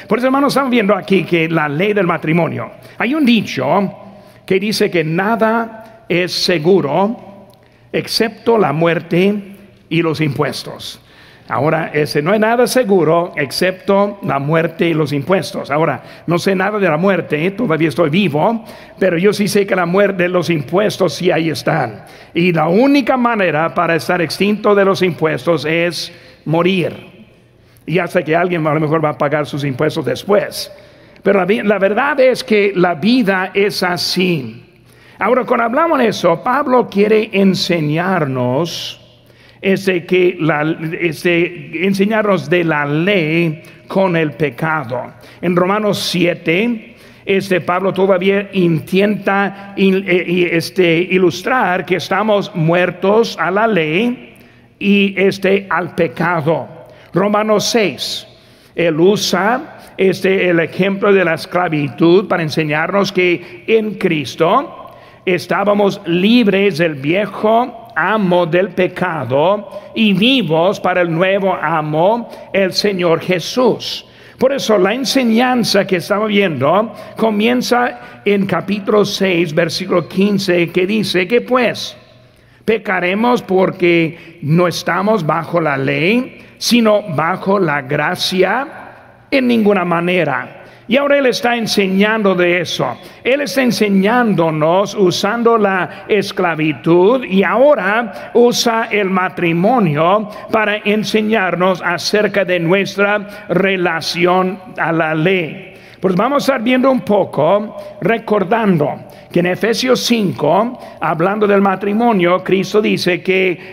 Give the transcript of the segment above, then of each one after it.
Por eso, hermanos, estamos viendo aquí que la ley del matrimonio. Hay un dicho que dice que nada es seguro excepto la muerte y los impuestos. Ahora, no hay nada seguro excepto la muerte y los impuestos. Ahora, no sé nada de la muerte, todavía estoy vivo, pero yo sí sé que la muerte, los impuestos sí ahí están. Y la única manera para estar extinto de los impuestos es morir. Y hasta que alguien a lo mejor va a pagar sus impuestos después. Pero la verdad es que la vida es así. Ahora, cuando hablamos de eso, Pablo quiere enseñarnos enseñarnos de la ley con el pecado. En Romanos 7, Pablo todavía intenta ilustrar que estamos muertos a la ley y al pecado. Romanos 6, él usa el ejemplo de la esclavitud para enseñarnos que en Cristo estábamos libres del viejo amo del pecado y vivos para el nuevo amo, el Señor Jesús. Por eso la enseñanza que estamos viendo comienza en capítulo 6, versículo 15, que dice que pues pecaremos porque no estamos bajo la ley, sino bajo la gracia. En ninguna manera. Y ahora él está enseñando de eso. Él está enseñándonos usando la esclavitud y ahora usa el matrimonio para enseñarnos acerca de nuestra relación a la ley. Pues vamos a estar viendo un poco, recordando que en Efesios 5, hablando del matrimonio, Cristo dice que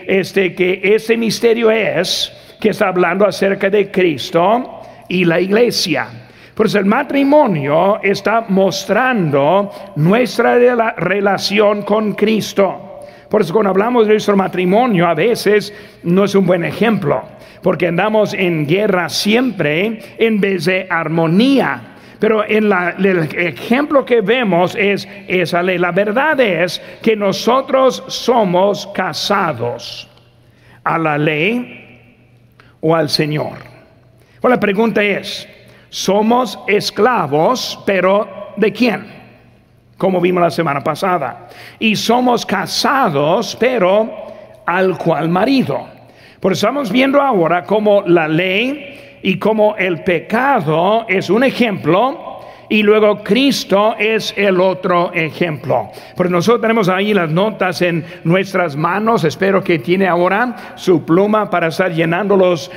este misterio que está hablando acerca de Cristo y la iglesia. Por eso el matrimonio está mostrando nuestra relación con Cristo. Por eso cuando hablamos de nuestro matrimonio a veces no es un buen ejemplo, porque andamos en guerra siempre en vez de armonía. Pero en el ejemplo que vemos es esa ley. La verdad es que nosotros somos casados a la ley o al Señor. Bueno, la pregunta es, somos esclavos, pero ¿de quién? Como vimos la semana pasada. Y somos casados, pero ¿al cual marido? Por eso estamos viendo ahora cómo la ley y cómo el pecado es un ejemplo y luego Cristo es el otro ejemplo. Porque nosotros tenemos ahí las notas en nuestras manos. Espero que tiene ahora su pluma para estar llenando los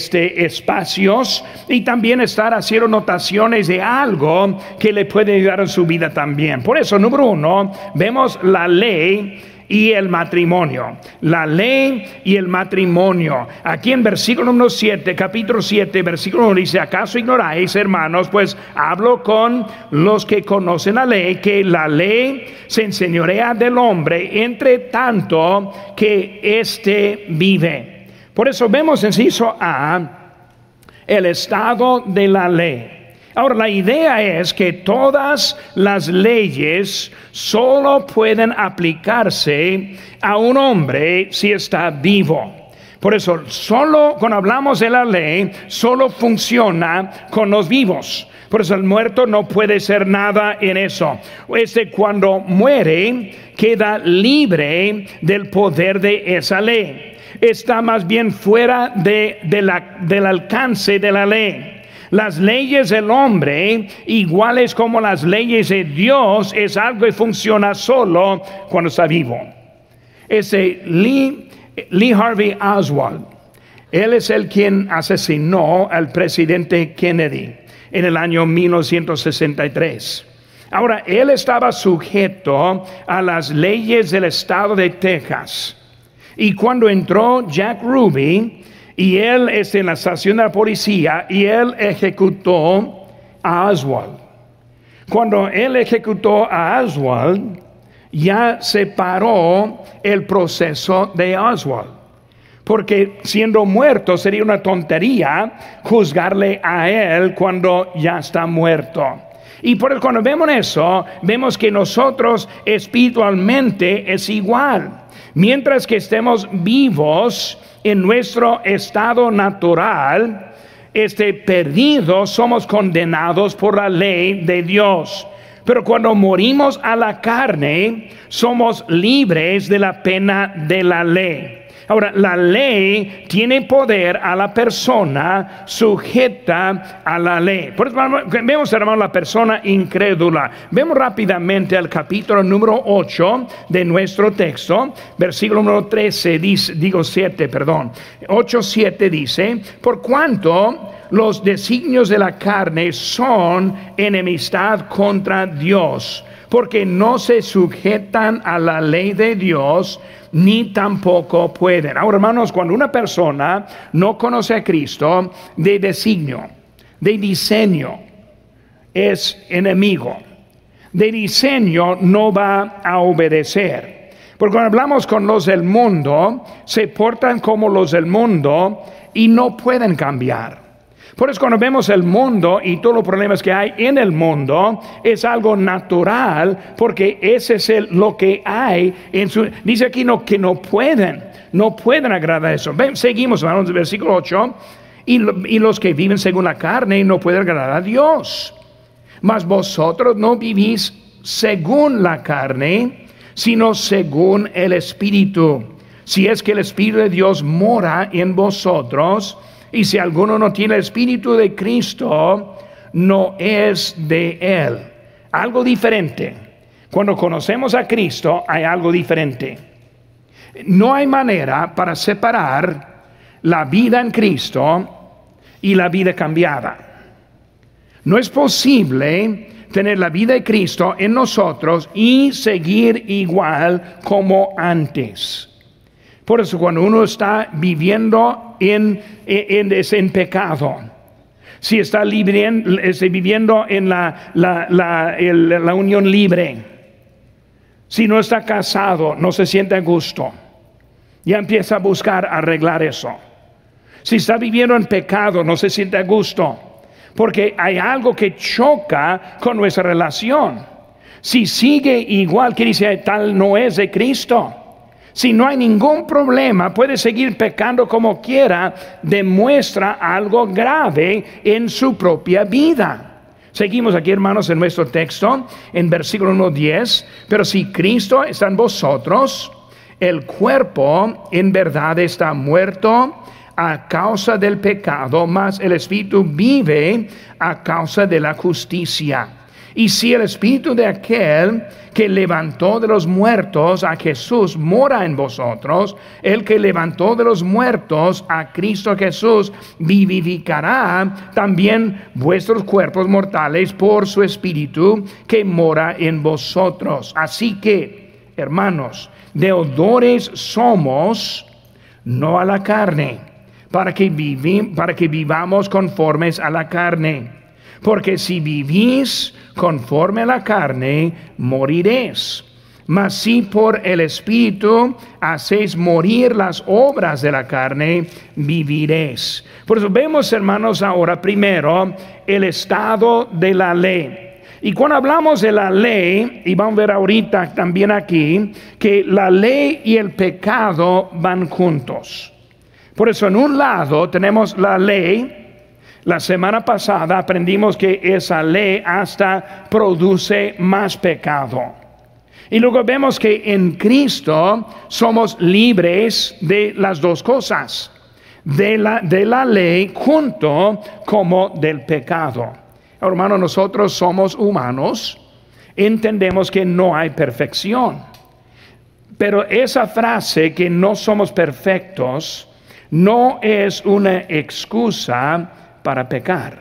espacios y también estar haciendo notaciones de algo que le puede ayudar en su vida también. Por eso, número 1, vemos la ley y el matrimonio. La ley y el matrimonio. Aquí en versículo número 7, capítulo 7, versículo 1 dice: ¿acaso ignoráis, hermanos? Pues hablo con los que conocen la ley, que la ley se enseñorea del hombre, entre tanto que éste vive. Por eso vemos en inciso A el estado de la ley. Ahora, la idea es que todas las leyes solo pueden aplicarse a un hombre si está vivo. Por eso, solo cuando hablamos de la ley, solo funciona con los vivos. Por eso el muerto no puede ser nada en eso. Cuando muere, queda libre del poder de esa ley. Está más bien fuera del alcance de la ley. Las leyes del hombre, iguales como las leyes de Dios, es algo que funciona solo cuando está vivo. Lee Harvey Oswald, él es el quien asesinó al presidente Kennedy en el año 1963. Ahora, él estaba sujeto a las leyes del estado de Texas. Y cuando entró Jack Ruby, y él en la estación de la policía, y él ejecutó a Oswald. Cuando él ejecutó a Oswald, ya se paró el proceso de Oswald. Porque siendo muerto sería una tontería juzgarle a él cuando ya está muerto. Y por eso cuando vemos eso, vemos que nosotros espiritualmente es igual. Mientras que estemos vivos en nuestro estado natural, perdidos, somos condenados por la ley de Dios. Pero cuando morimos a la carne, somos libres de la pena de la ley. Ahora, la ley tiene poder a la persona sujeta a la ley. Por eso vemos, hermano, la persona incrédula. Vemos rápidamente el capítulo número 8 de nuestro texto, versículo número 13, 8:7 dice: por cuanto los designios de la carne son enemistad contra Dios, porque no se sujetan a la ley de Dios, ni tampoco pueden. Ahora, hermanos, cuando una persona no conoce a Cristo, de designio, de diseño, es enemigo. De diseño no va a obedecer. Porque cuando hablamos con los del mundo, se portan como los del mundo y no pueden cambiar. Por eso cuando vemos el mundo y todos los problemas que hay en el mundo, es algo natural, porque ese es lo que hay en su... Dice aquí que no pueden agradar eso. Seguimos, hermanos, versículo 8. Y los que viven según la carne no pueden agradar a Dios. Mas vosotros no vivís según la carne, sino según el Espíritu. Si es que el Espíritu de Dios mora en vosotros. Y si alguno no tiene el Espíritu de Cristo, no es de Él. Algo diferente. Cuando conocemos a Cristo, hay algo diferente. No hay manera para separar la vida en Cristo y la vida cambiada. No es posible tener la vida de Cristo en nosotros y seguir igual como antes. Por eso cuando uno está viviendo en pecado, si está viviendo en la unión libre, si no está casado, no se siente a gusto, ya empieza a buscar arreglar eso. Si está viviendo en pecado, no se siente a gusto, porque hay algo que choca con nuestra relación. Si sigue igual, que dice, tal no es de Cristo. Si no hay ningún problema, puede seguir pecando como quiera, demuestra algo grave en su propia vida. Seguimos aquí, hermanos, en nuestro texto, en versículo 1:10. Pero si Cristo está en vosotros, el cuerpo en verdad está muerto a causa del pecado, mas el Espíritu vive a causa de la justicia. Y si el Espíritu de aquel que levantó de los muertos a Jesús mora en vosotros, el que levantó de los muertos a Cristo Jesús vivificará también vuestros cuerpos mortales por su Espíritu que mora en vosotros. Así que, hermanos, deudores somos, no a la carne, para que vivamos conformes a la carne. Porque si vivís conforme a la carne, moriréis. Mas si por el Espíritu hacéis morir las obras de la carne, viviréis. Por eso vemos, hermanos, ahora primero el estado de la ley. Y cuando hablamos de la ley, y vamos a ver ahorita también aquí, que la ley y el pecado van juntos. Por eso en un lado tenemos la ley. La semana pasada aprendimos que esa ley hasta produce más pecado. Y luego vemos que en Cristo somos libres de las dos cosas. De la ley junto como del pecado. Hermanos, nosotros somos humanos. Entendemos que no hay perfección. Pero esa frase que no somos perfectos no es una excusa para pecar.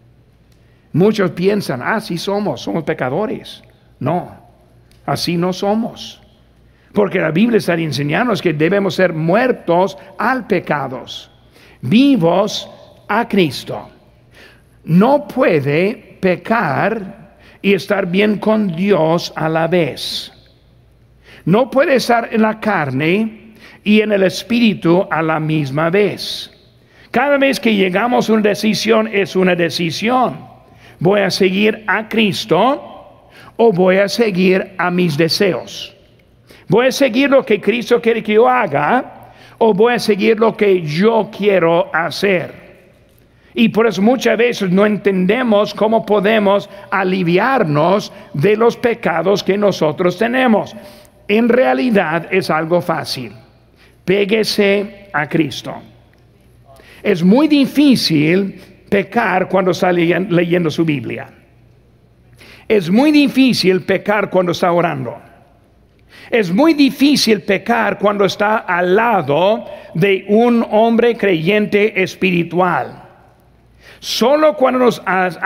Muchos piensan, sí somos pecadores. No, así no somos. Porque la Biblia está enseñándonos que debemos ser muertos al pecado, vivos a Cristo. No puede pecar y estar bien con Dios a la vez. No puede estar en la carne y en el Espíritu a la misma vez. Cada vez que llegamos a una decisión, es una decisión. ¿Voy a seguir a Cristo o voy a seguir a mis deseos? ¿Voy a seguir lo que Cristo quiere que yo haga o voy a seguir lo que yo quiero hacer? Y por eso muchas veces no entendemos cómo podemos aliviarnos de los pecados que nosotros tenemos. En realidad es algo fácil. Péguese a Cristo. Es muy difícil pecar cuando está leyendo su Biblia. Es muy difícil pecar cuando está orando. Es muy difícil pecar cuando está al lado de un hombre creyente espiritual. Solo cuando nos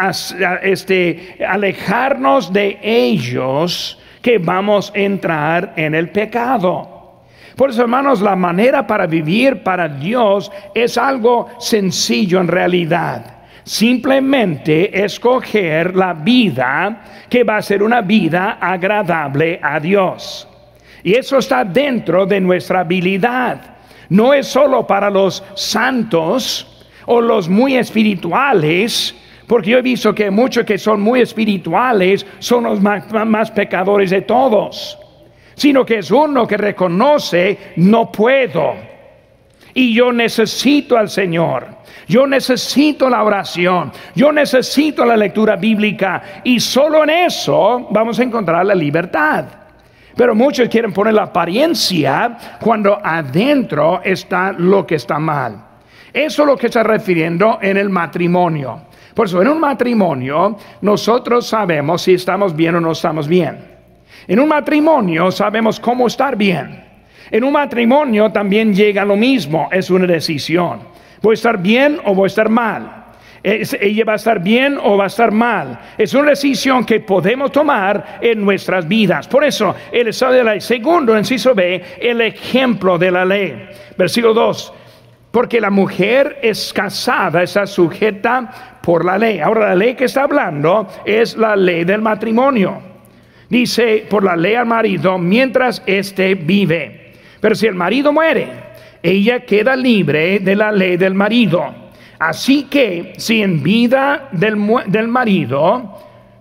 alejarnos de ellos que vamos a entrar en el pecado. Por eso, hermanos, la manera para vivir para Dios es algo sencillo en realidad. Simplemente escoger la vida que va a ser una vida agradable a Dios. Y eso está dentro de nuestra habilidad. No es solo para los santos o los muy espirituales, porque yo he visto que muchos que son muy espirituales son los más pecadores de todos, sino que es uno que reconoce: no puedo, y yo necesito al Señor, yo necesito la oración, yo necesito la lectura bíblica, y solo en eso vamos a encontrar la libertad. Pero muchos quieren poner la apariencia cuando adentro está lo que está mal. Eso es lo que está refiriendo en el matrimonio. Por eso, en un matrimonio nosotros sabemos si estamos bien o no estamos bien. En un matrimonio sabemos cómo estar bien. En un matrimonio también llega lo mismo, es una decisión. ¿Voy a estar bien o voy a estar mal? ¿Ella va a estar bien o va a estar mal? Es una decisión que podemos tomar en nuestras vidas. Por eso, el estado de la ley. Segundo, inciso B, el ejemplo de la ley. Versículo 2. Porque la mujer es casada, está sujeta por la ley. Ahora, la ley que está hablando es la ley del matrimonio. Dice: por la ley al marido mientras éste vive. Pero si el marido muere, ella queda libre de la ley del marido. Así que si en vida del marido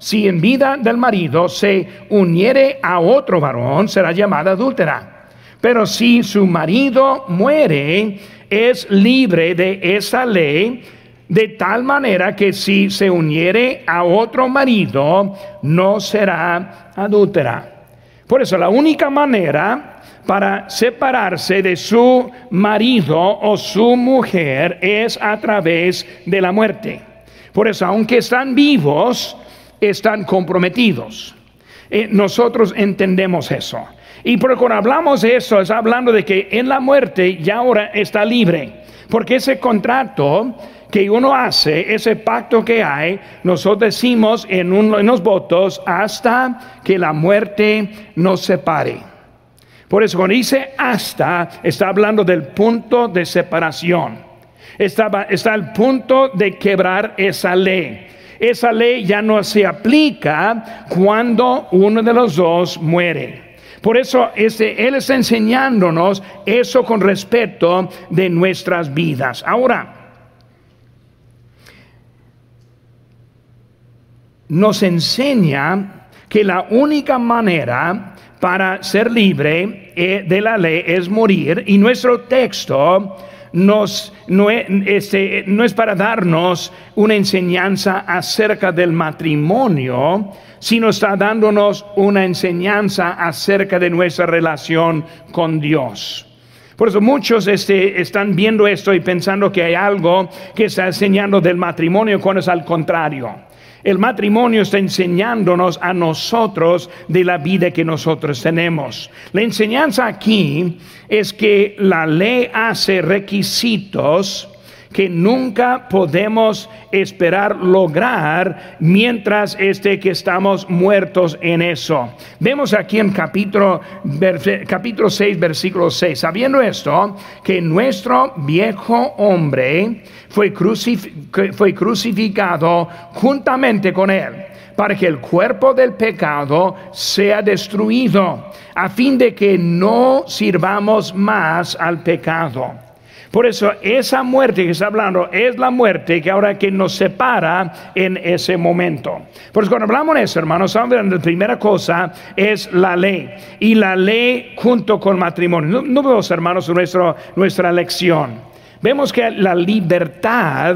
se uniere a otro varón, será llamada adúltera. Pero si su marido muere, es libre de esa ley, de tal manera que si se uniere a otro marido, no será adúltera. Por eso, la única manera para separarse de su marido o su mujer es a través de la muerte. Por eso, aunque están vivos, están comprometidos. Nosotros entendemos eso. Y porque cuando hablamos de eso, es hablando de que en la muerte ya ahora está libre. Porque ese contrato que uno hace, ese pacto que hay, nosotros decimos en los votos: hasta que la muerte nos separe. Por eso cuando dice hasta, está hablando del punto de separación. Está al punto de quebrar esa ley. Esa ley ya no se aplica cuando uno de los dos muere. Por eso Él está enseñándonos eso con respecto de nuestras vidas. Ahora, nos enseña que la única manera para ser libre de la ley es morir. Y nuestro texto no es para darnos una enseñanza acerca del matrimonio, sino está dándonos una enseñanza acerca de nuestra relación con Dios. Por eso muchos están viendo esto y pensando que hay algo que está enseñando del matrimonio, cuando es al contrario. El matrimonio está enseñándonos a nosotros de la vida que nosotros tenemos. La enseñanza aquí es que la ley hace requisitos que nunca podemos esperar lograr mientras que estamos muertos en eso. Vemos aquí en capítulo 6, versículo 6. Sabiendo esto, que nuestro viejo hombre fue crucificado juntamente con él, para que el cuerpo del pecado sea destruido, a fin de que no sirvamos más al pecado. Por eso esa muerte que está hablando es la muerte que ahora que nos separa en ese momento. Por eso cuando hablamos de eso, hermanos, estamos hablando de la primera cosa es la ley. Y la ley junto con matrimonio. No vemos, hermanos, nuestra lección. Vemos que la libertad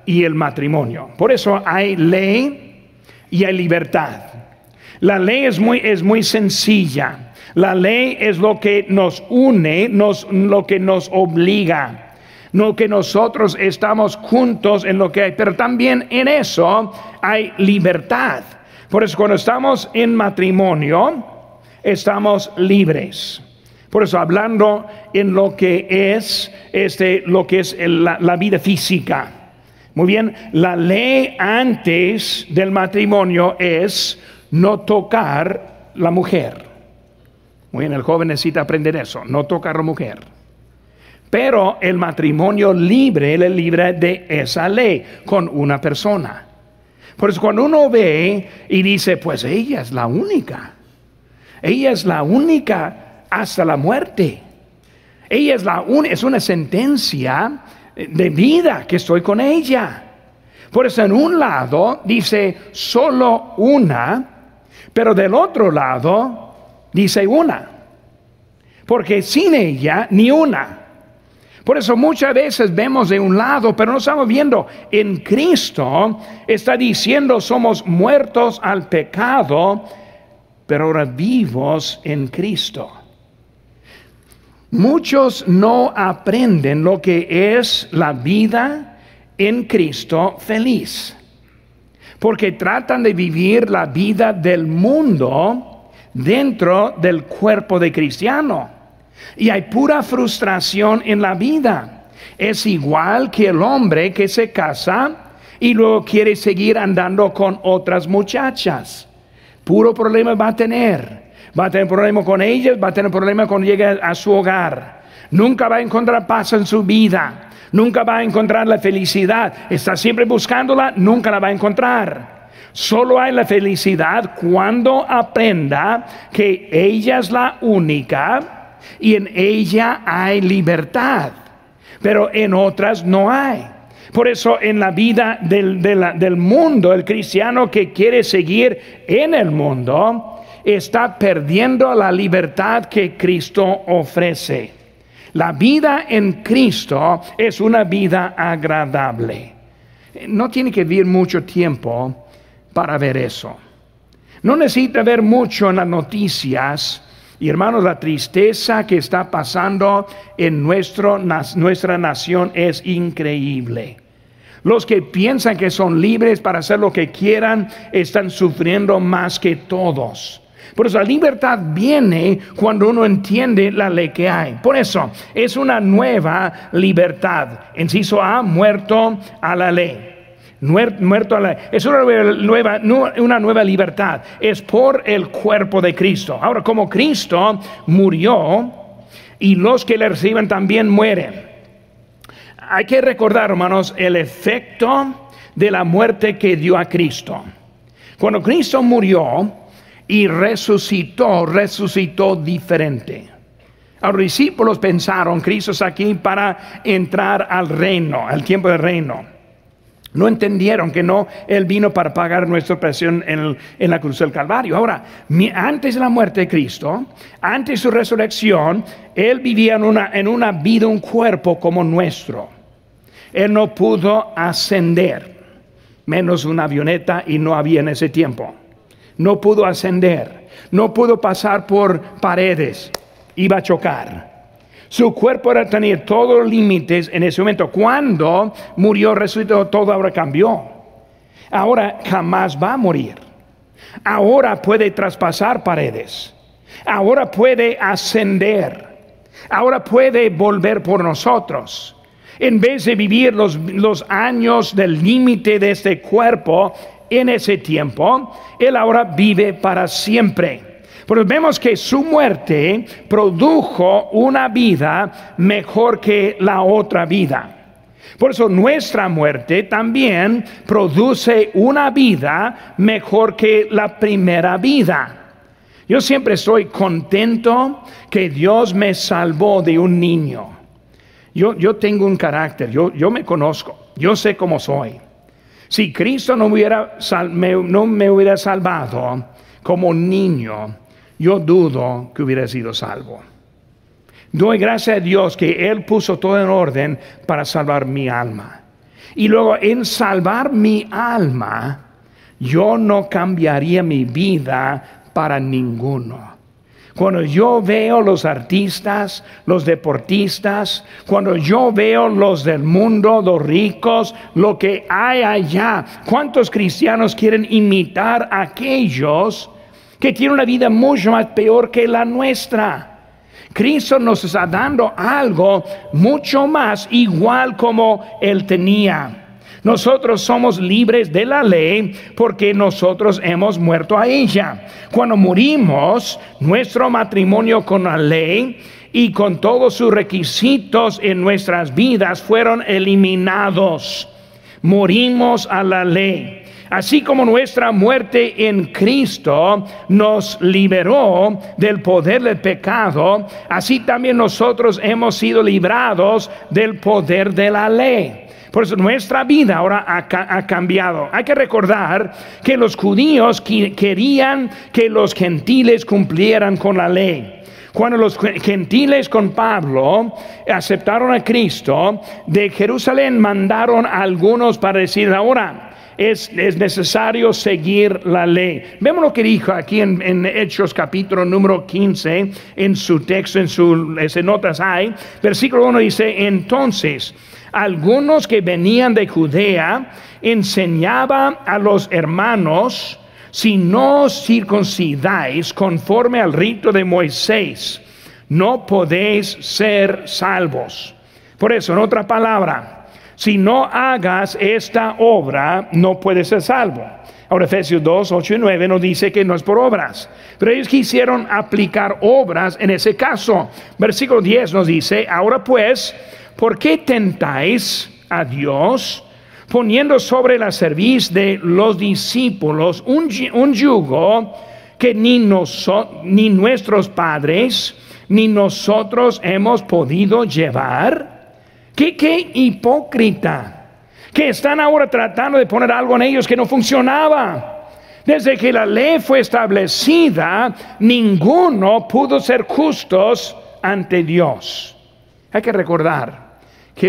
y el matrimonio. Por eso hay ley y hay libertad. La ley es muy sencilla. La ley es lo que nos une, lo que nos obliga, no que nosotros estamos juntos en lo que hay, pero también en eso hay libertad. Por eso cuando estamos en matrimonio, estamos libres. Por eso hablando en lo que es la vida física. Muy bien, la ley antes del matrimonio es no tocar la mujer. Muy bien, el joven necesita aprender eso, no tocar a la mujer. Pero el matrimonio libre le libra de esa ley con una persona. Por eso cuando uno ve y dice, pues ella es la única. Ella es la única hasta la muerte. Ella es una sentencia de vida que estoy con ella. Por eso en un lado dice solo una, pero del otro lado dice una. Porque sin ella ni una. Por eso muchas veces vemos de un lado, pero no estamos viendo. En Cristo está diciendo somos muertos al pecado, pero ahora vivos en Cristo. Muchos no aprenden lo que es la vida en Cristo feliz, porque tratan de vivir la vida del mundo dentro del cuerpo de cristiano. Y hay pura frustración en la vida. Es igual que el hombre que se casa y luego quiere seguir andando con otras muchachas. Puro problema va a tener. Va a tener problema con ellas, va a tener problema cuando llegue a su hogar. Nunca va a encontrar paz en su vida. Nunca va a encontrar la felicidad. Está siempre buscándola, nunca la va a encontrar. Solo hay la felicidad cuando aprenda que ella es la única y en ella hay libertad. Pero en otras no hay. Por eso en la vida del mundo, el cristiano que quiere seguir en el mundo está perdiendo la libertad que Cristo ofrece. La vida en Cristo es una vida agradable. No tiene que vivir mucho tiempo para ver eso. No necesita ver mucho en las noticias. Y hermanos, la tristeza que está pasando en nuestra nación es increíble. Los que piensan que son libres para hacer lo que quieran están sufriendo más que todos. Por eso la libertad viene cuando uno entiende la ley que hay. Por eso es una nueva libertad. Inciso A, muerto a la ley. Muerto a la ley. Es una nueva libertad. Es por el cuerpo de Cristo. Ahora, como Cristo murió y los que le reciben también mueren. Hay que recordar, hermanos, el efecto de la muerte que dio a Cristo. Cuando Cristo murió y resucitó diferente. Los discípulos pensaron, Cristo está aquí para entrar al reino, al tiempo del reino. No entendieron que no, Él vino para pagar nuestra presión en la cruz del Calvario. Ahora, antes de la muerte de Cristo, antes de su resurrección, Él vivía en una vida, un cuerpo como nuestro. Él no pudo ascender, menos una avioneta, y no había en ese tiempo. No pudo ascender, no pudo pasar por paredes, iba a chocar. Su cuerpo tenía todos los límites en ese momento. Cuando murió, resucitó, todo ahora cambió. Ahora jamás va a morir. Ahora puede traspasar paredes. Ahora puede ascender. Ahora puede volver por nosotros. En vez de vivir los años del límite de este cuerpo, en ese tiempo, Él ahora vive para siempre. Pero vemos que su muerte produjo una vida mejor que la otra vida. Por eso nuestra muerte también produce una vida mejor que la primera vida. Yo siempre estoy contento que Dios me salvó de un niño. Yo tengo un carácter, yo me conozco, yo sé cómo soy. Si Cristo no me hubiera salvado como niño, yo dudo que hubiera sido salvo. Doy gracias a Dios que Él puso todo en orden para salvar mi alma. Y luego en salvar mi alma, yo no cambiaría mi vida para ninguno. Cuando yo veo los artistas, los deportistas, cuando yo veo los del mundo, los ricos, lo que hay allá, ¿cuántos cristianos quieren imitar a aquellos que tienen una vida mucho más peor que la nuestra? Cristo nos está dando algo mucho más igual como Él tenía. Nosotros somos libres de la ley porque nosotros hemos muerto a ella. Cuando morimos, nuestro matrimonio con la ley y con todos sus requisitos en nuestras vidas fueron eliminados. Morimos a la ley. Así como nuestra muerte en Cristo nos liberó del poder del pecado, así también nosotros hemos sido librados del poder de la ley. Por eso nuestra vida ahora ha cambiado. Hay que recordar que los judíos querían que los gentiles cumplieran con la ley. Cuando los gentiles con Pablo aceptaron a Cristo, de Jerusalén mandaron a algunos para decir: ahora es necesario seguir la ley. Vemos lo que dijo aquí en Hechos capítulo número 15, en su texto, en sus notas hay, versículo 1 dice: entonces algunos que venían de Judea enseñaban a los hermanos: si no os circuncidáis conforme al rito de Moisés, no podéis ser salvos. Por eso, en otra palabra, si no hagas esta obra, no puedes ser salvo. Ahora Efesios 2, 8 y 9 nos dice que no es por obras, pero ellos quisieron aplicar obras en ese caso. Versículo 10 nos dice: ahora pues, ¿por qué tentáis a Dios poniendo sobre la cerviz de los discípulos un yugo que ni nuestros padres ni nosotros hemos podido llevar? ¿Qué hipócrita! Que están ahora tratando de poner algo en ellos que no funcionaba. Desde que la ley fue establecida, ninguno pudo ser justos ante Dios. Hay que recordar que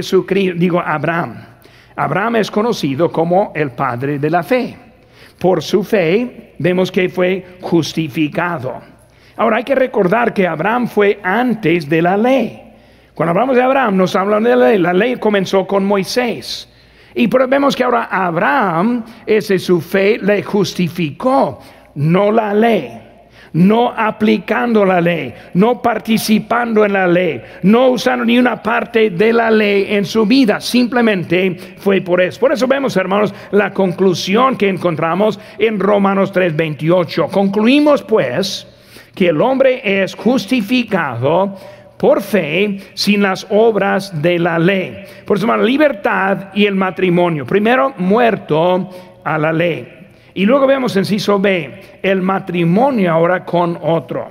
Abraham es conocido como el padre de la fe. Por su fe vemos que fue justificado. Ahora hay que recordar que Abraham fue antes de la ley. Cuando hablamos de Abraham nos hablan de la ley. La ley comenzó con Moisés. Y vemos que ahora Abraham, su fe le justificó, no la ley. No aplicando la ley, no participando en la ley, no usando ni una parte de la ley en su vida, simplemente fue por eso. Por eso vemos, hermanos, la conclusión que encontramos en Romanos 3:28. Concluimos pues que el hombre es justificado por fe sin las obras de la ley. Por eso, la libertad y el matrimonio. Primero, muerto a la ley. Y luego vemos en inciso B, el matrimonio ahora con otro.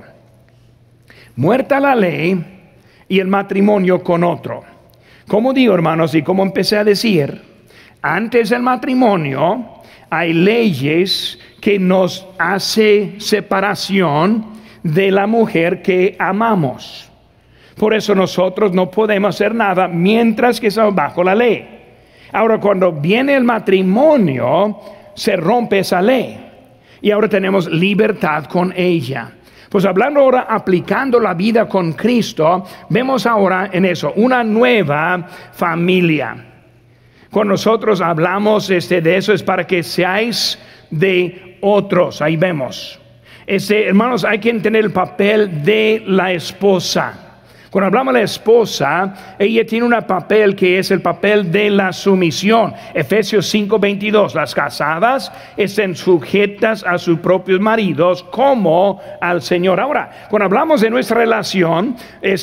Muerta la ley y el matrimonio con otro. Como digo, hermanos, y como empecé a decir, antes del matrimonio hay leyes que nos hace separación de la mujer que amamos. Por eso nosotros no podemos hacer nada mientras que estamos bajo la ley. Ahora, cuando viene el matrimonio, se rompe esa ley y ahora tenemos libertad con ella. Pues hablando ahora, aplicando la vida con Cristo, vemos ahora en eso una nueva familia. Cuando nosotros hablamos de eso es para que seáis de otros. Ahí vemos, hermanos, hay que entender el papel de la esposa. Cuando hablamos de la esposa, ella tiene un papel que es el papel de la sumisión. Efesios 5:22, las casadas estén sujetas a sus propios maridos como al Señor. Ahora, cuando hablamos de nuestra relación,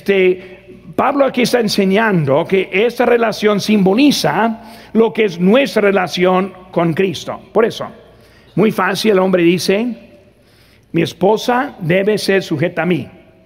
Pablo aquí está enseñando que esta relación simboliza lo que es nuestra relación con Cristo. Por eso, muy fácil, el hombre dice: mi esposa debe ser sujeta a mí.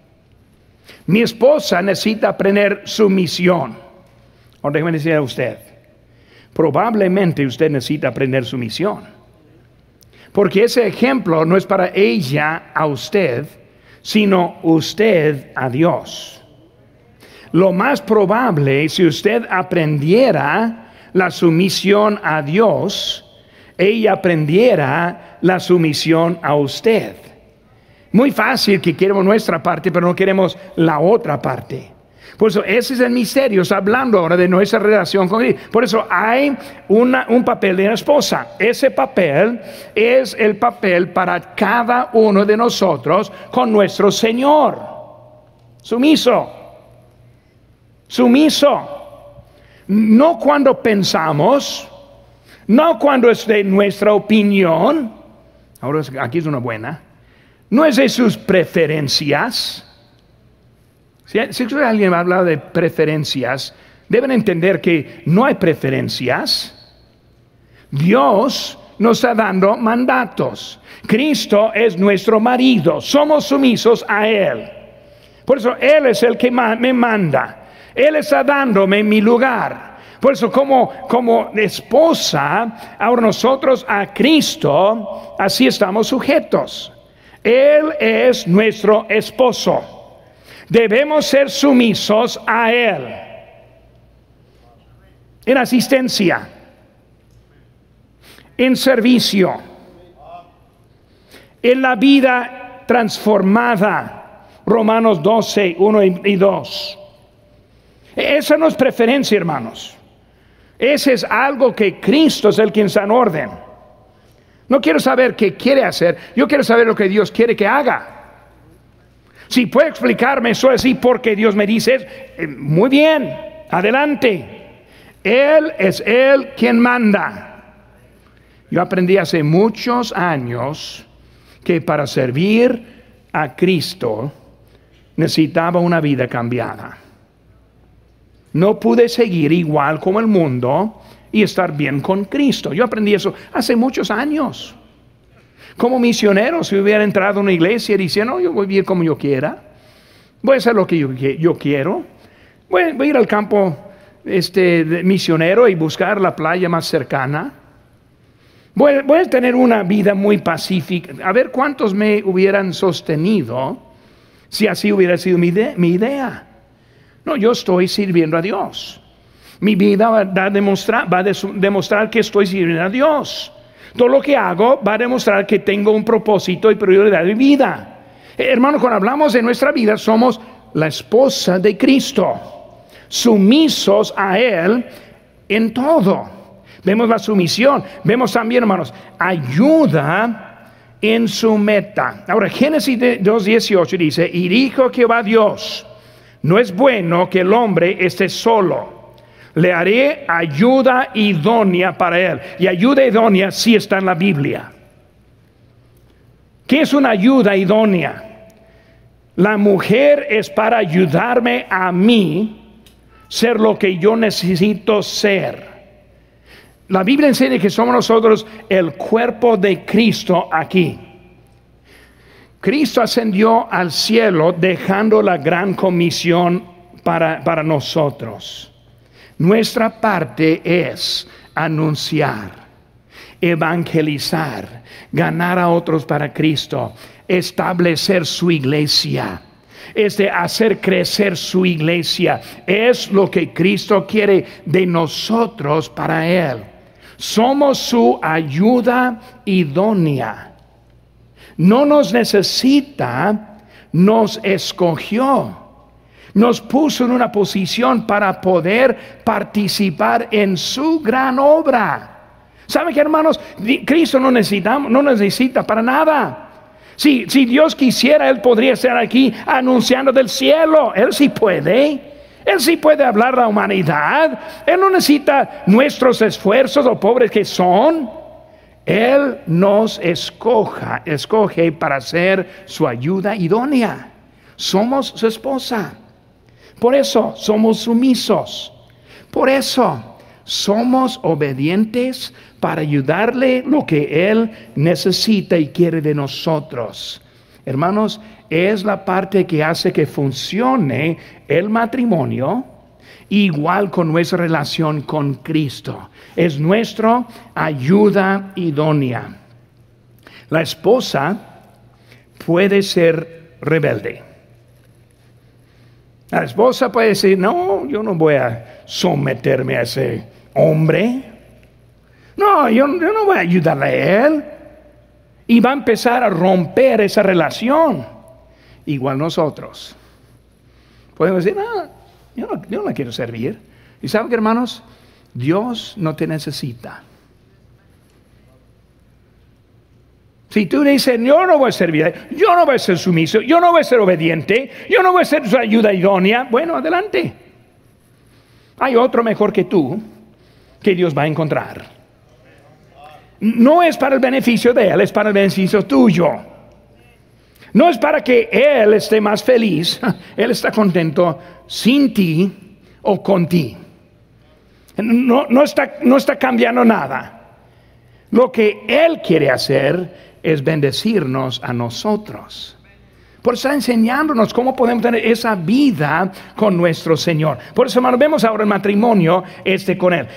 Mi esposa necesita aprender sumisión. Ahora déjeme decir a usted, probablemente usted necesita aprender sumisión. Porque ese ejemplo no es para ella a usted, sino usted a Dios. Lo más probable, si usted aprendiera la sumisión a Dios, ella aprendiera la sumisión a usted. Muy fácil que queremos nuestra parte, pero no queremos la otra parte. Por eso ese es el misterio. Está hablando ahora de nuestra relación con Dios. Por eso hay un papel de la esposa. Ese papel es el papel para cada uno de nosotros con nuestro Señor. Sumiso. No cuando pensamos, no cuando es de nuestra opinión. Ahora aquí es una buena. No es de sus preferencias. Si alguien ha hablado de preferencias, deben entender que no hay preferencias. Dios nos está dando mandatos. Cristo es nuestro marido. Somos sumisos a Él. Por eso Él es el que me manda. Él está dándome mi lugar. Por eso como esposa, ahora nosotros a Cristo, así estamos sujetos. Él es nuestro esposo. Debemos ser sumisos a Él. En asistencia, en servicio, en la vida transformada. Romanos 12, 1 y 2. Esa no es preferencia, hermanos. Ese es algo que Cristo es el quien está en orden. No quiero saber qué quiere hacer. Yo quiero saber lo que Dios quiere que haga. Si puede explicarme eso así porque Dios me dice, muy bien, adelante. Él es Él quien manda. Yo aprendí hace muchos años que para servir a Cristo necesitaba una vida cambiada. No pude seguir igual como el mundo y estar bien con Cristo. Yo aprendí eso hace muchos años. Como misionero, si hubiera entrado en una iglesia diciendo, no, yo voy a vivir como yo quiera, voy a hacer lo que yo quiero, voy a ir al campo misionero y buscar la playa más cercana, voy a tener una vida muy pacífica. A ver cuántos me hubieran sostenido si así hubiera sido mi idea. No, yo estoy sirviendo a Dios. Mi vida va a demostrar que estoy sirviendo a Dios. Todo lo que hago va a demostrar que tengo un propósito y prioridad de vida. Hermanos, cuando hablamos de nuestra vida, somos la esposa de Cristo, sumisos a Él en todo. Vemos la sumisión, vemos también, hermanos, ayuda en su meta. Ahora, Génesis 2:18 dice, y dijo Jehová Dios, no es bueno que el hombre esté solo. Le haré ayuda idónea para él. Y ayuda idónea sí está en la Biblia. ¿Qué es una ayuda idónea? La mujer es para ayudarme a mí ser lo que yo necesito ser. La Biblia enseña que somos nosotros el cuerpo de Cristo aquí. Cristo ascendió al cielo dejando la gran comisión para nosotros. Nuestra parte es anunciar, evangelizar, ganar a otros para Cristo, establecer su iglesia, hacer crecer su iglesia. Es lo que Cristo quiere de nosotros para Él. Somos su ayuda idónea. No nos necesita, nos escogió. Nos puso en una posición para poder participar en su gran obra. ¿Saben qué, hermanos? Cristo no necesita para nada. Si Dios quisiera, Él podría estar aquí anunciando del cielo. Él sí puede. Él sí puede hablar a la humanidad. Él no necesita nuestros esfuerzos, los pobres que son. Él nos escoge para ser su ayuda idónea. Somos su esposa. Por eso somos sumisos. Por eso somos obedientes para ayudarle lo que Él necesita y quiere de nosotros. Hermanos, es la parte que hace que funcione el matrimonio, igual con nuestra relación con Cristo. Es nuestra ayuda idónea. La esposa puede ser rebelde. La esposa puede decir, no, yo no voy a someterme a ese hombre. No, yo no voy a ayudarle a él. Y va a empezar a romper esa relación. Igual nosotros. Podemos decir, no, yo no la quiero servir. ¿Y saben qué, hermanos? Dios no te necesita. Si tú dices, yo no voy a servir, yo no voy a ser sumiso, yo no voy a ser obediente, yo no voy a ser su ayuda idónea, bueno, adelante. Hay otro mejor que tú que Dios va a encontrar. No es para el beneficio de él, es para el beneficio tuyo. No es para que él esté más feliz, él está contento sin ti o con ti. No está cambiando nada. Lo que él quiere hacer es bendecirnos a nosotros. Por eso está enseñándonos cómo podemos tener esa vida con nuestro Señor. Por eso, hermano, vemos ahora el matrimonio con él.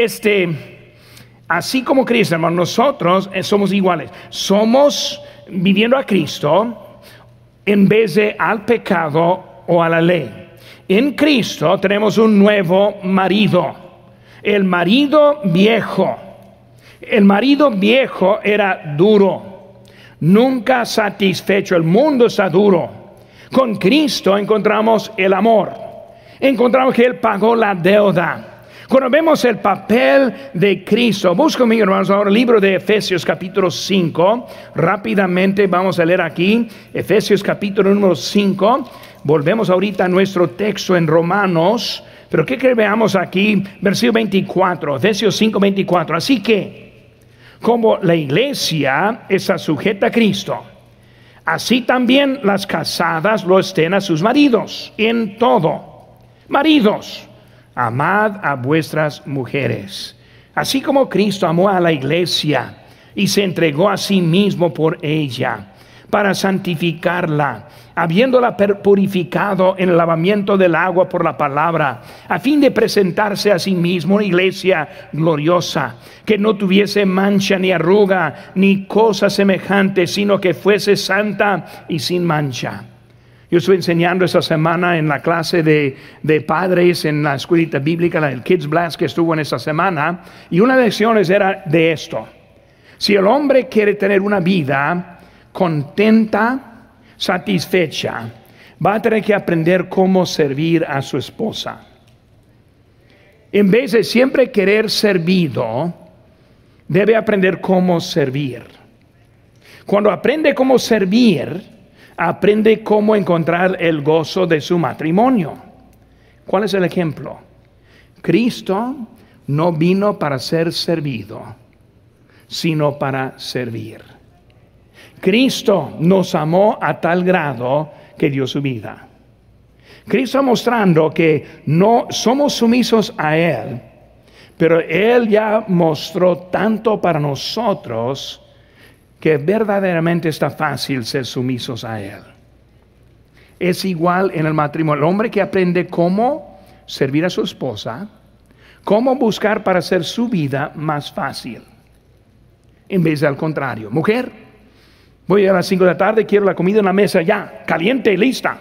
Así como Cristo, hermano, nosotros somos iguales. Somos viviendo a Cristo en vez de al pecado o a la ley. En Cristo tenemos un nuevo marido. El marido viejo. El marido viejo era duro. Nunca satisfecho. El mundo está duro. Con Cristo encontramos el amor. Encontramos que Él pagó la deuda. Cuando vemos el papel de Cristo, busca conmigo, hermanos, ahora el libro de Efesios capítulo 5. Rápidamente vamos a leer aquí Efesios capítulo número 5. Volvemos ahorita a nuestro texto en Romanos. Pero ¿qué que veamos aquí? Versículo 24, Efesios 5, 24. Así que, como la iglesia está sujeta a Cristo, así también las casadas lo estén a sus maridos en todo. Maridos, amad a vuestras mujeres, así como Cristo amó a la iglesia y se entregó a sí mismo por ella, para santificarla, habiéndola purificado en el lavamiento del agua por la palabra, a fin de presentarse a sí mismo una iglesia gloriosa, que no tuviese mancha ni arruga ni cosa semejante, sino que fuese santa y sin mancha. Yo estoy enseñando esta semana en la clase de padres en la escuelita bíblica, el Kids Blast que estuvo en esta semana, y una de las lecciones era de esto: si el hombre quiere tener una vida contenta, satisfecha, va a tener que aprender cómo servir a su esposa. En vez de siempre querer servido, debe aprender cómo servir. Cuando aprende cómo servir, aprende cómo encontrar el gozo de su matrimonio. ¿Cuál es el ejemplo? Cristo no vino para ser servido, sino para servir. Cristo nos amó a tal grado que dio su vida. Cristo mostrando que no somos sumisos a Él, pero Él ya mostró tanto para nosotros que verdaderamente está fácil ser sumisos a Él. Es igual en el matrimonio. El hombre que aprende cómo servir a su esposa, cómo buscar para hacer su vida más fácil, en vez de al contrario. Mujer, voy a las 5 de la tarde, quiero la comida en la mesa ya, caliente y lista.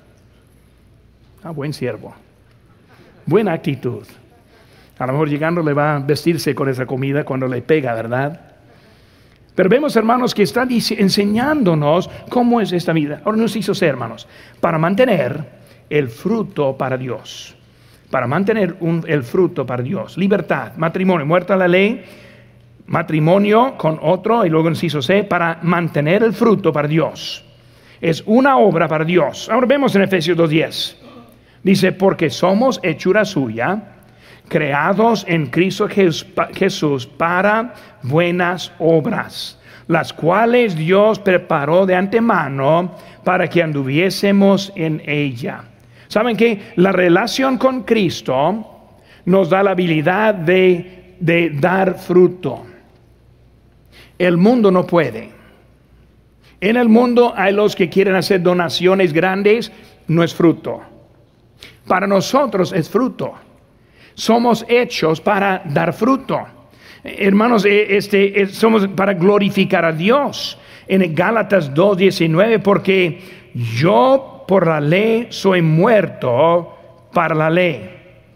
Buen siervo, buena actitud. A lo mejor llegando le va a vestirse con esa comida cuando le pega, ¿verdad? Pero vemos, hermanos, que está enseñándonos cómo es esta vida. Ahora nos hizo ser, hermanos, para mantener el fruto para Dios. Para mantener el fruto para Dios. Libertad, matrimonio, muerta la ley. Matrimonio con otro, y luego inciso C, para mantener el fruto para Dios. Es una obra para Dios. Ahora vemos en Efesios 2:10. Dice, porque somos hechura suya, creados en Cristo Jesús para buenas obras, las cuales Dios preparó de antemano para que anduviésemos en ella. ¿Saben qué? La relación con Cristo nos da la habilidad de dar fruto. El mundo no puede. En el mundo hay los que quieren hacer donaciones grandes, no es fruto. Para nosotros es fruto. Somos hechos para dar fruto. Hermanos, somos para glorificar a Dios. En Gálatas 2:19, porque yo por la ley soy muerto para la ley.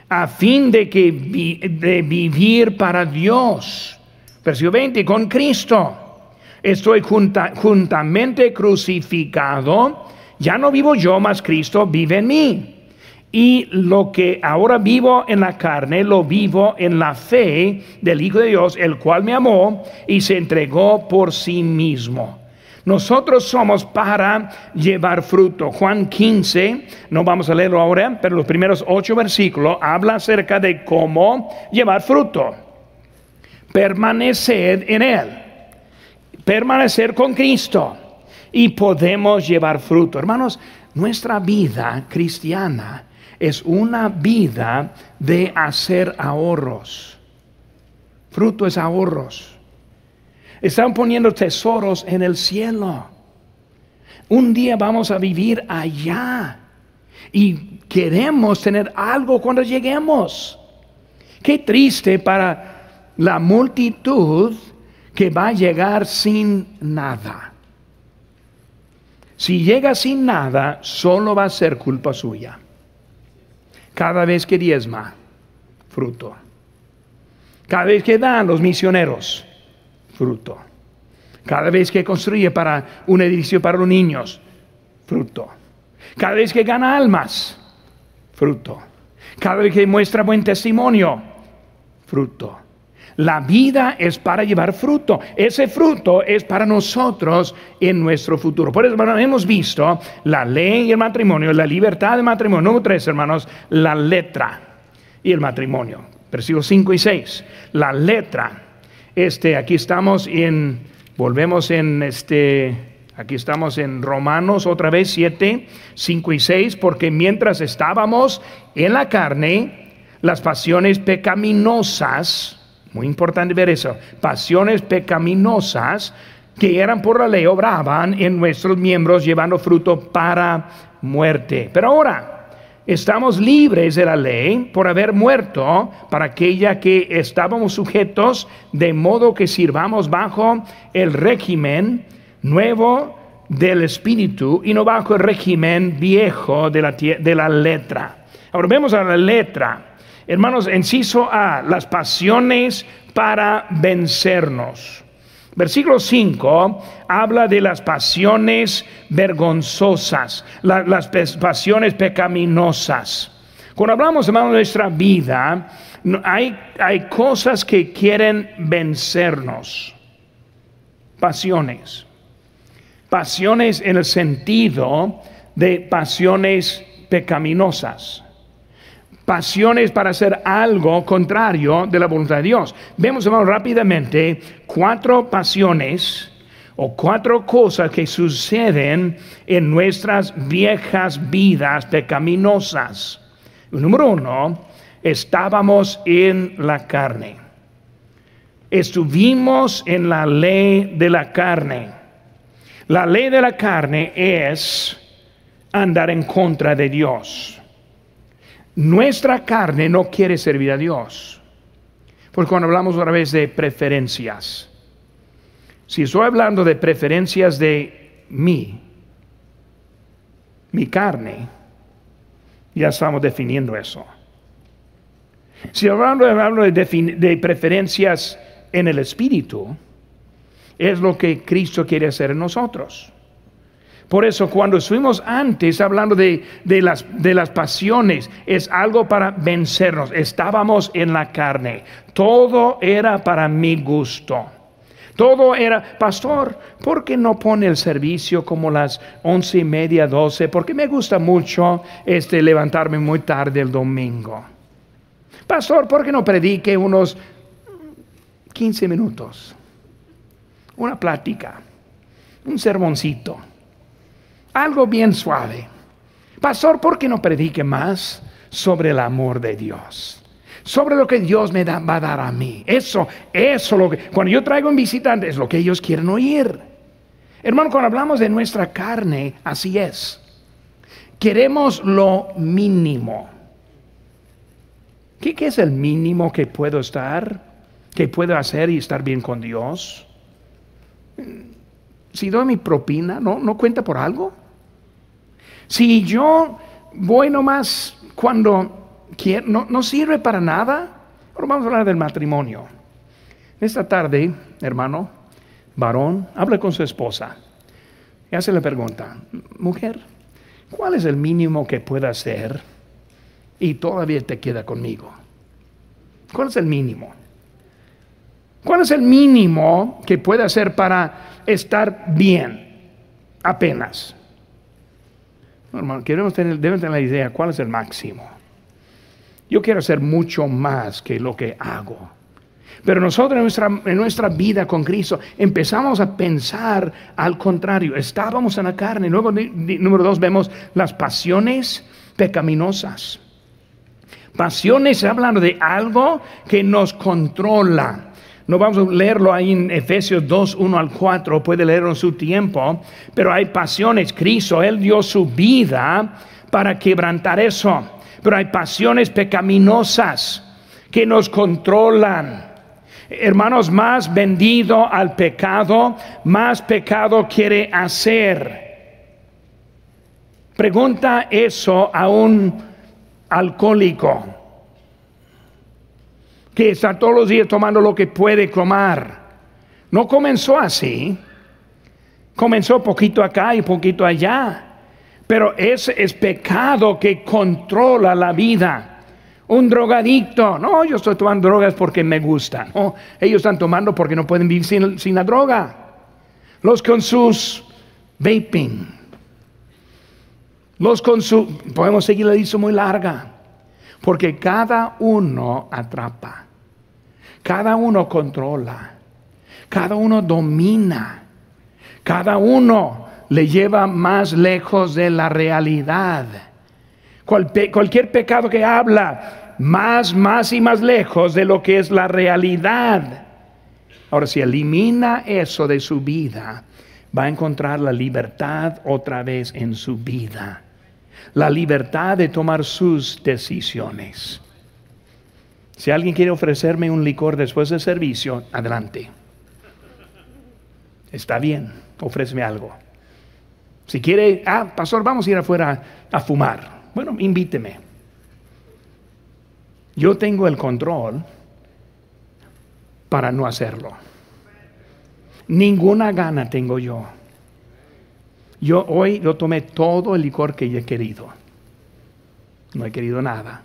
a fin de que de vivir para Dios. Versículo 20, con Cristo estoy juntamente crucificado, ya no vivo yo, mas Cristo vive en mí. Y lo que ahora vivo en la carne, lo vivo en la fe del Hijo de Dios, el cual me amó y se entregó por sí mismo. Nosotros somos para llevar fruto. Juan 15, no vamos a leerlo ahora, pero los primeros 8 versículos habla acerca de cómo llevar fruto. Permanecer en Él, permanecer con Cristo y podemos llevar fruto. Hermanos, nuestra vida cristiana es una vida de hacer ahorros. Fruto es ahorros. Están poniendo tesoros en el cielo. Un día vamos a vivir allá y queremos tener algo cuando lleguemos. Qué triste para la multitud que va a llegar sin nada. Si llega sin nada, solo va a ser culpa suya. Cada vez que diezma, fruto. Cada vez que dan los misioneros, fruto. Cada vez que construye para un edificio para los niños, fruto. Cada vez que gana almas, fruto. Cada vez que muestra buen testimonio, fruto. La vida es para llevar fruto. Ese fruto es para nosotros en nuestro futuro. Por eso, hermanos, hemos visto la ley y el matrimonio, la libertad del matrimonio. Número 3, hermanos, la letra y el matrimonio. Versículos 5 y 6. La letra. Aquí estamos aquí estamos en Romanos otra vez 7, 5 y 6. Porque mientras estábamos en la carne, las pasiones pecaminosas, muy importante ver eso, pasiones pecaminosas que eran por la ley obraban en nuestros miembros llevando fruto para muerte. Pero ahora estamos libres de la ley por haber muerto para aquella que estábamos sujetos, de modo que sirvamos bajo el régimen nuevo del Espíritu y no bajo el régimen viejo de la letra. Ahora vemos a la letra. Hermanos, inciso A, las pasiones para vencernos. Versículo 5 habla de las pasiones vergonzosas, las pasiones pecaminosas. Cuando hablamos, hermanos, de nuestra vida, hay cosas que quieren vencernos. Pasiones. Pasiones en el sentido de pasiones pecaminosas. Pasiones para hacer algo contrario de la voluntad de Dios. Vemos, hermanos, rápidamente 4 pasiones o 4 cosas que suceden en nuestras viejas vidas pecaminosas. Número 1, estábamos en la carne. Estuvimos en la ley de la carne. La ley de la carne es andar en contra de Dios. Nuestra carne no quiere servir a Dios. Porque cuando hablamos otra vez de preferencias, si estoy hablando de preferencias de mi carne, ya estamos definiendo eso. Si hablando de preferencias en el Espíritu, es lo que Cristo quiere hacer en nosotros. Por eso, cuando estuvimos antes hablando de las pasiones, es algo para vencernos. Estábamos en la carne. Todo era para mi gusto. Todo era, pastor, ¿por qué no pone el servicio como las 11:30, 12? Porque me gusta mucho levantarme muy tarde el domingo. Pastor, ¿por qué no predique unos 15 minutos? Una plática, un sermoncito. Algo bien suave. Pastor, ¿por qué no predique más sobre el amor de Dios? Sobre lo que Dios va a dar a mí. Eso lo que, cuando yo traigo un visitante, es lo que ellos quieren oír. Hermano, cuando hablamos de nuestra carne, así es. Queremos lo mínimo. ¿Qué es el mínimo que puedo hacer y estar bien con Dios? Si doy mi propina, ¿no cuenta por algo? Si yo voy nomás cuando no sirve para nada. Ahora vamos a hablar del matrimonio. Esta tarde, hermano, varón, habla con su esposa y hace la pregunta: mujer, ¿cuál es el mínimo que pueda hacer y todavía te queda conmigo? ¿Cuál es el mínimo? ¿Cuál es el mínimo que puede hacer para estar bien? Apenas. No, hermano, deben tener la idea, ¿cuál es el máximo? Yo quiero hacer mucho más que lo que hago. Pero nosotros en nuestra vida con Cristo empezamos a pensar al contrario. Estábamos en la carne. Luego, número 2, vemos las pasiones pecaminosas. Pasiones, hablando de algo que nos controla. No vamos a leerlo ahí en Efesios 2, 1 al 4, puede leerlo en su tiempo, pero hay pasiones. Cristo, Él dio su vida para quebrantar eso, pero hay pasiones pecaminosas que nos controlan. Hermanos, más vendido al pecado, más pecado quiere hacer. Pregunta eso a un alcohólico que está todos los días tomando lo que puede tomar. No comenzó así. Comenzó poquito acá y poquito allá. Pero ese es pecado que controla la vida. Un drogadicto: no, yo estoy tomando drogas porque me gustan. No, ellos están tomando porque no pueden vivir sin la droga. Los con sus vaping. Los con su... podemos seguir la lista muy larga. Porque cada uno atrapa. Cada uno controla. Cada uno domina. Cada uno le lleva más lejos de la realidad. Cualquier pecado que habla más y más lejos de lo que es la realidad. Ahora, si elimina eso de su vida, va a encontrar la libertad otra vez en su vida. La libertad de tomar sus decisiones. Si alguien quiere ofrecerme un licor después del servicio, adelante. Está bien, ofréceme algo. Si quiere, pastor, vamos a ir afuera a fumar. Bueno, invíteme. Yo tengo el control para no hacerlo. Ninguna gana tengo yo. Yo hoy lo tomé todo el licor que he querido. No he querido nada.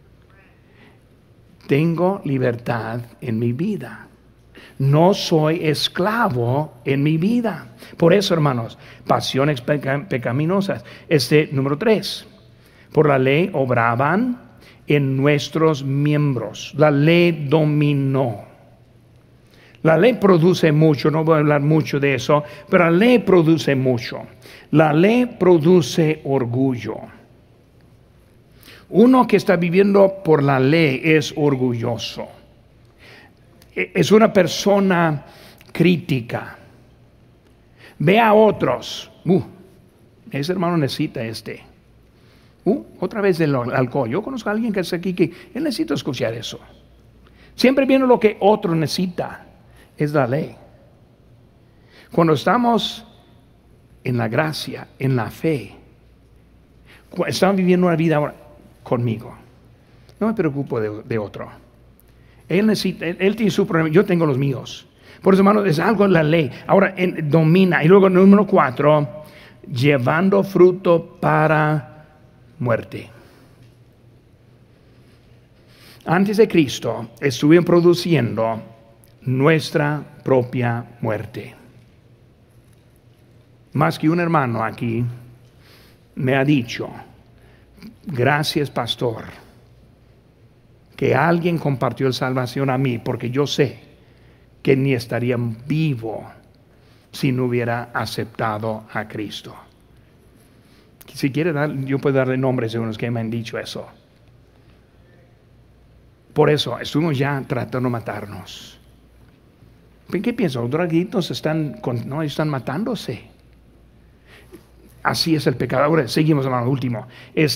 Tengo libertad en mi vida. No soy esclavo en mi vida. Por eso, hermanos, pasiones pecaminosas. Número 3. Por la ley obraban en nuestros miembros. La ley dominó. La ley produce mucho, no voy a hablar mucho de eso, pero la ley produce mucho. La ley produce orgullo. Uno que está viviendo por la ley es orgulloso. Es una persona crítica. Ve a otros. Ese hermano necesita otra vez el alcohol. Yo conozco a alguien que está aquí que él necesita escuchar eso. Siempre viendo lo que otro necesita. Es la ley. Cuando estamos en la gracia, en la fe, estamos viviendo una vida ahora conmigo. No me preocupo de otro. Él tiene su problema, yo tengo los míos. Por eso, hermano, es algo en la ley. Ahora domina. Y luego, número 4, llevando fruto para muerte. Antes de Cristo, estuvieron produciendo nuestra propia muerte. Más que un hermano aquí me ha dicho: gracias, pastor, que alguien compartió la salvación a mí, porque yo sé que ni estaría vivo si no hubiera aceptado a Cristo. Si quiere yo puedo darle nombres de unos que me han dicho eso. Por eso estuvimos ya tratando de matarnos. ¿Qué piensan? Los drogadictos están matándose. Así es el pecado. Ahora seguimos a lo último.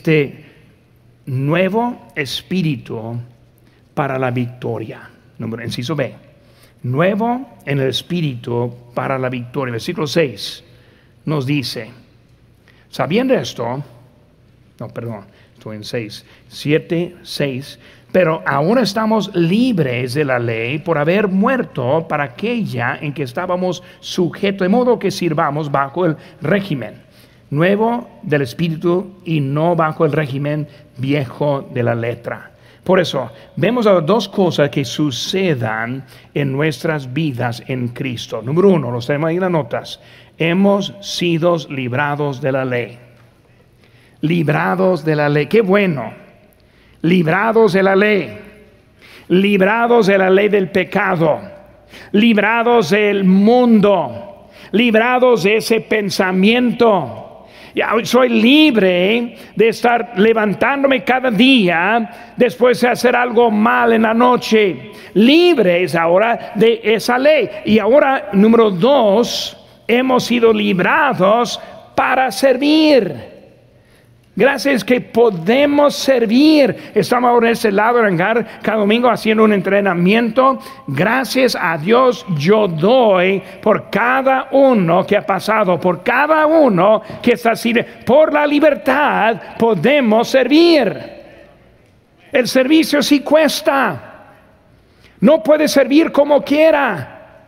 Nuevo espíritu para la victoria. Inciso B. Nuevo en el espíritu para la victoria. Versículo 6 nos dice: estoy en 6, 7, 6. Pero ahora estamos libres de la ley por haber muerto para aquella en que estábamos sujetos, de modo que sirvamos bajo el régimen nuevo del Espíritu y no bajo el régimen viejo de la letra. Por eso, vemos ahora dos cosas que sucedan en nuestras vidas en Cristo. Número uno, los tenemos ahí en las notas. Hemos sido librados de la ley. Librados de la ley. ¡Qué bueno! Librados de la ley. Librados de la ley del pecado. Librados del mundo. Librados de ese pensamiento. Ya soy libre de estar levantándome cada día después de hacer algo mal en la noche. Libres ahora de esa ley. Y ahora, número 2, hemos sido librados para servir. Gracias que podemos servir. Estamos ahora en ese lado del hangar cada domingo haciendo un entrenamiento. Gracias a Dios yo doy por cada uno que ha pasado, por cada uno que está así. Por la libertad podemos servir. El servicio sí cuesta. No puede servir como quiera.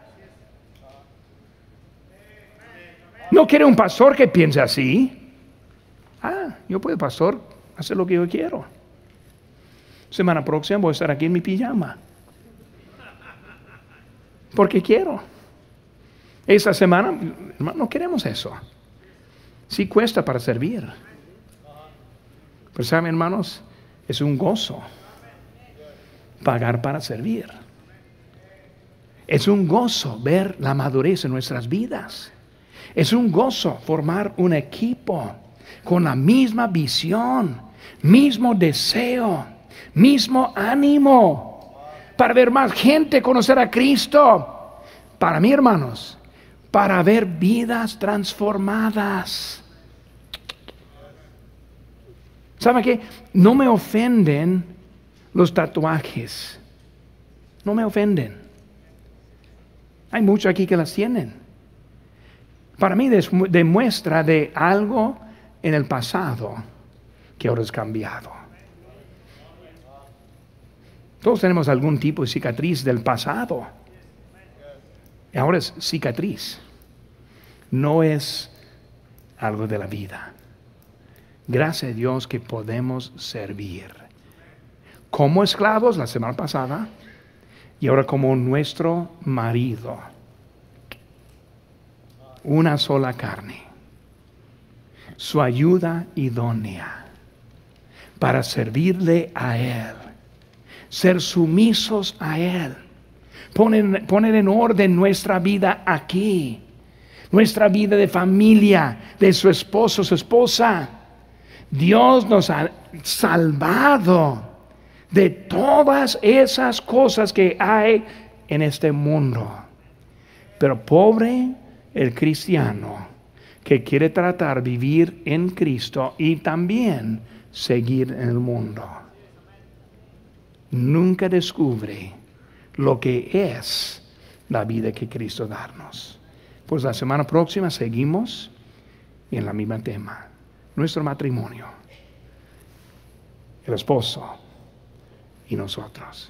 No quiere un pastor que piense así. Yo puedo, pastor, hacer lo que yo quiero. Semana próxima voy a estar aquí en mi pijama. Porque quiero. Esta semana, hermano, no queremos eso. Sí cuesta para servir. Pero saben, hermanos, es un gozo pagar para servir. Es un gozo ver la madurez en nuestras vidas. Es un gozo formar un equipo con la misma visión, mismo deseo, mismo ánimo, para ver más gente conocer a Cristo. Para mí, hermanos, para ver vidas transformadas. ¿Saben qué? No me ofenden los tatuajes. No me ofenden. Hay muchos aquí que las tienen. Para mí demuestra de algo en el pasado que ahora es cambiado. Todos tenemos algún tipo de cicatriz del pasado. Y ahora es cicatriz. No es algo de la vida. Gracias a Dios que podemos servir. Como esclavos la semana pasada y ahora como nuestro marido. Una sola carne. Su ayuda idónea para servirle a Él, ser sumisos a Él, poner en orden nuestra vida aquí, nuestra vida de familia, de su esposo, su esposa. Dios nos ha salvado de todas esas cosas que hay en este mundo. Pero pobre el cristiano que quiere tratar de vivir en Cristo y también seguir en el mundo. Nunca descubre lo que es la vida que Cristo darnos. Pues la semana próxima seguimos en la misma tema. Nuestro matrimonio. El esposo y nosotros.